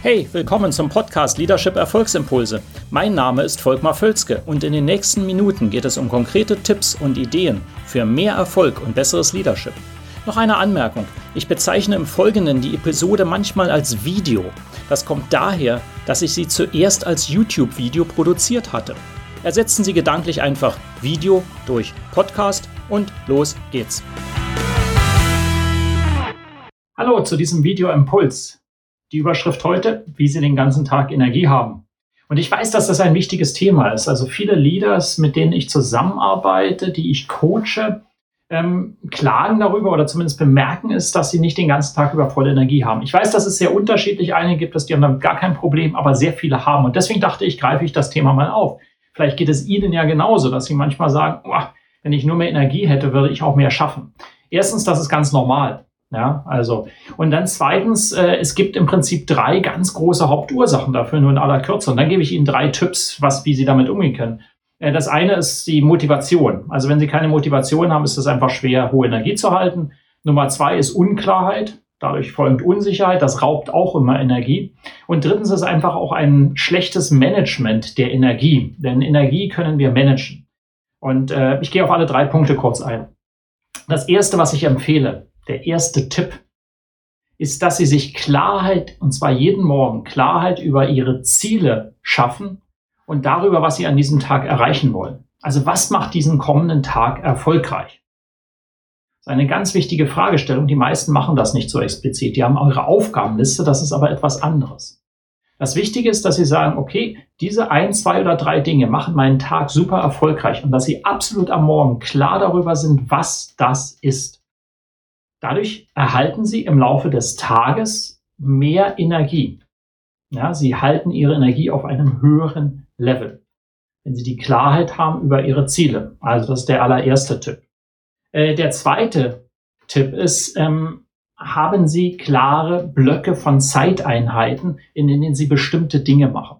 Hey, willkommen zum Podcast Leadership Erfolgsimpulse. Mein Name ist Volkmar Völzke und in den nächsten Minuten geht es um konkrete Tipps und Ideen für mehr Erfolg und besseres Leadership. Noch eine Anmerkung. Ich bezeichne im Folgenden die Episode manchmal als Video. Das kommt daher, dass ich sie zuerst als YouTube-Video produziert hatte. Ersetzen Sie gedanklich einfach Video durch Podcast und los geht's. Hallo zu diesem Video-Impuls. Die Überschrift heute, wie Sie den ganzen Tag Energie haben. Und ich weiß, dass das ein wichtiges Thema ist. Also viele Leaders, mit denen ich zusammenarbeite, die ich coache, klagen darüber oder zumindest bemerken es, dass sie nicht den ganzen Tag über volle Energie haben. Ich weiß, dass es sehr unterschiedlich einige gibt, die haben damit gar kein Problem, aber sehr viele haben. Und deswegen dachte ich, greife ich das Thema mal auf. Vielleicht geht es Ihnen ja genauso, dass Sie manchmal sagen, wenn ich nur mehr Energie hätte, würde ich auch mehr schaffen. Erstens, das ist ganz normal. Ja, also, und dann zweitens, es gibt im Prinzip 3 ganz große Hauptursachen dafür, nur in aller Kürze. Und dann gebe ich Ihnen 3 Tipps, wie Sie damit umgehen können. Das eine ist die Motivation. Also wenn Sie keine Motivation haben, ist es einfach schwer, hohe Energie zu halten. Nummer 2 ist Unklarheit. Dadurch folgt Unsicherheit. Das raubt auch immer Energie. Und drittens ist einfach auch ein schlechtes Management der Energie. Denn Energie können wir managen. Und ich gehe auf alle 3 Punkte kurz ein. Das erste, was ich empfehle, der erste Tipp ist, dass Sie sich Klarheit, und zwar jeden Morgen, Klarheit über Ihre Ziele schaffen und darüber, was Sie an diesem Tag erreichen wollen. Also was macht diesen kommenden Tag erfolgreich? Das ist eine ganz wichtige Fragestellung. Die meisten machen das nicht so explizit. Die haben eure Aufgabenliste, das ist aber etwas anderes. Das Wichtige ist, dass Sie sagen, okay, diese 1, 2 oder 3 Dinge machen meinen Tag super erfolgreich und dass Sie absolut am Morgen klar darüber sind, was das ist. Dadurch erhalten Sie im Laufe des Tages mehr Energie. Ja, Sie halten Ihre Energie auf einem höheren Level, wenn Sie die Klarheit haben über Ihre Ziele. Also das ist der allererste Tipp. Der zweite Tipp ist, haben Sie klare Blöcke von Zeiteinheiten, in denen Sie bestimmte Dinge machen.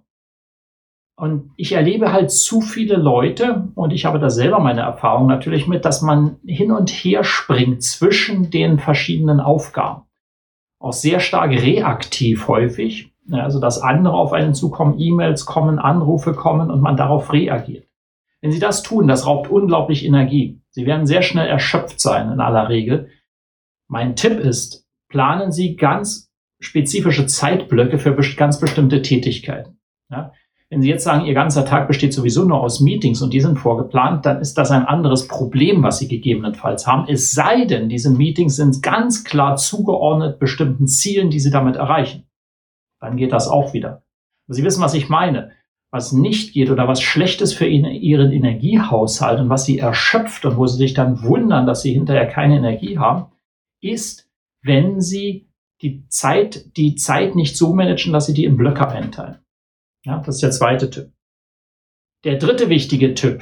Und ich erlebe halt zu viele Leute, und ich habe da selber meine Erfahrung natürlich mit, dass man hin und her springt zwischen den verschiedenen Aufgaben. Auch sehr stark reaktiv häufig, also dass andere auf einen zukommen, E-Mails kommen, Anrufe kommen und man darauf reagiert. Wenn Sie das tun, das raubt unglaublich Energie. Sie werden sehr schnell erschöpft sein in aller Regel. Mein Tipp ist, planen Sie ganz spezifische Zeitblöcke für ganz bestimmte Tätigkeiten. Ja? Wenn Sie jetzt sagen, Ihr ganzer Tag besteht sowieso nur aus Meetings und die sind vorgeplant, dann ist das ein anderes Problem, was Sie gegebenenfalls haben. Es sei denn, diese Meetings sind ganz klar zugeordnet bestimmten Zielen, die Sie damit erreichen. Dann geht das auch wieder. Sie wissen, was ich meine. Was nicht geht oder was schlecht ist für Ihren Energiehaushalt und was Sie erschöpft und wo Sie sich dann wundern, dass Sie hinterher keine Energie haben, ist, wenn Sie die Zeit nicht so managen, dass Sie die in Blöcke einteilen. Ja, das ist der zweite Tipp. Der dritte wichtige Tipp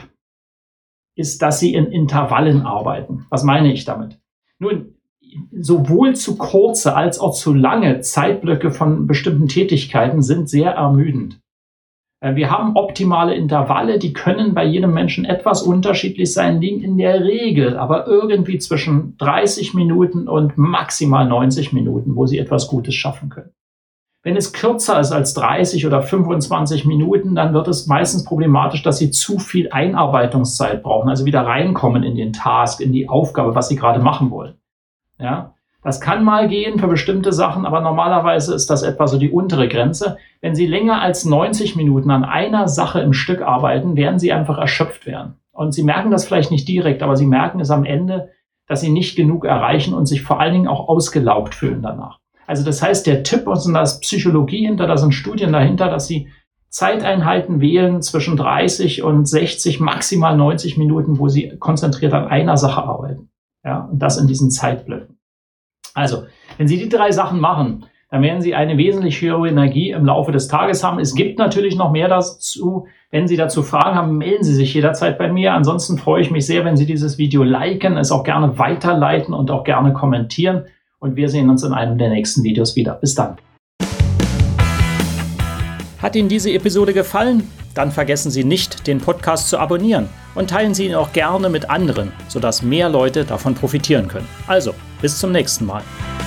ist, dass Sie in Intervallen arbeiten. Was meine ich damit? Nun, sowohl zu kurze als auch zu lange Zeitblöcke von bestimmten Tätigkeiten sind sehr ermüdend. Wir haben optimale Intervalle, die können bei jedem Menschen etwas unterschiedlich sein, liegen in der Regel aber irgendwie zwischen 30 Minuten und maximal 90 Minuten, wo Sie etwas Gutes schaffen können. Wenn es kürzer ist als 30 oder 25 Minuten, dann wird es meistens problematisch, dass Sie zu viel Einarbeitungszeit brauchen, also wieder reinkommen in den Task, in die Aufgabe, was Sie gerade machen wollen. Ja, das kann mal gehen für bestimmte Sachen, aber normalerweise ist das etwa so die untere Grenze. Wenn Sie länger als 90 Minuten an einer Sache im Stück arbeiten, werden Sie einfach erschöpft werden. Und Sie merken das vielleicht nicht direkt, aber Sie merken es am Ende, dass Sie nicht genug erreichen und sich vor allen Dingen auch ausgelaugt fühlen danach. Also das heißt, der Tipp, und da ist Psychologie hinter, da sind Studien dahinter, dass Sie Zeiteinheiten wählen zwischen 30 und 60, maximal 90 Minuten, wo Sie konzentriert an einer Sache arbeiten. Ja, und das in diesen Zeitblöcken. Also, wenn Sie die 3 Sachen machen, dann werden Sie eine wesentlich höhere Energie im Laufe des Tages haben. Es gibt natürlich noch mehr dazu. Wenn Sie dazu Fragen haben, melden Sie sich jederzeit bei mir. Ansonsten freue ich mich sehr, wenn Sie dieses Video liken, es auch gerne weiterleiten und auch gerne kommentieren. Und wir sehen uns in einem der nächsten Videos wieder. Bis dann. Hat Ihnen diese Episode gefallen? Dann vergessen Sie nicht, den Podcast zu abonnieren und teilen Sie ihn auch gerne mit anderen, sodass mehr Leute davon profitieren können. Also, bis zum nächsten Mal.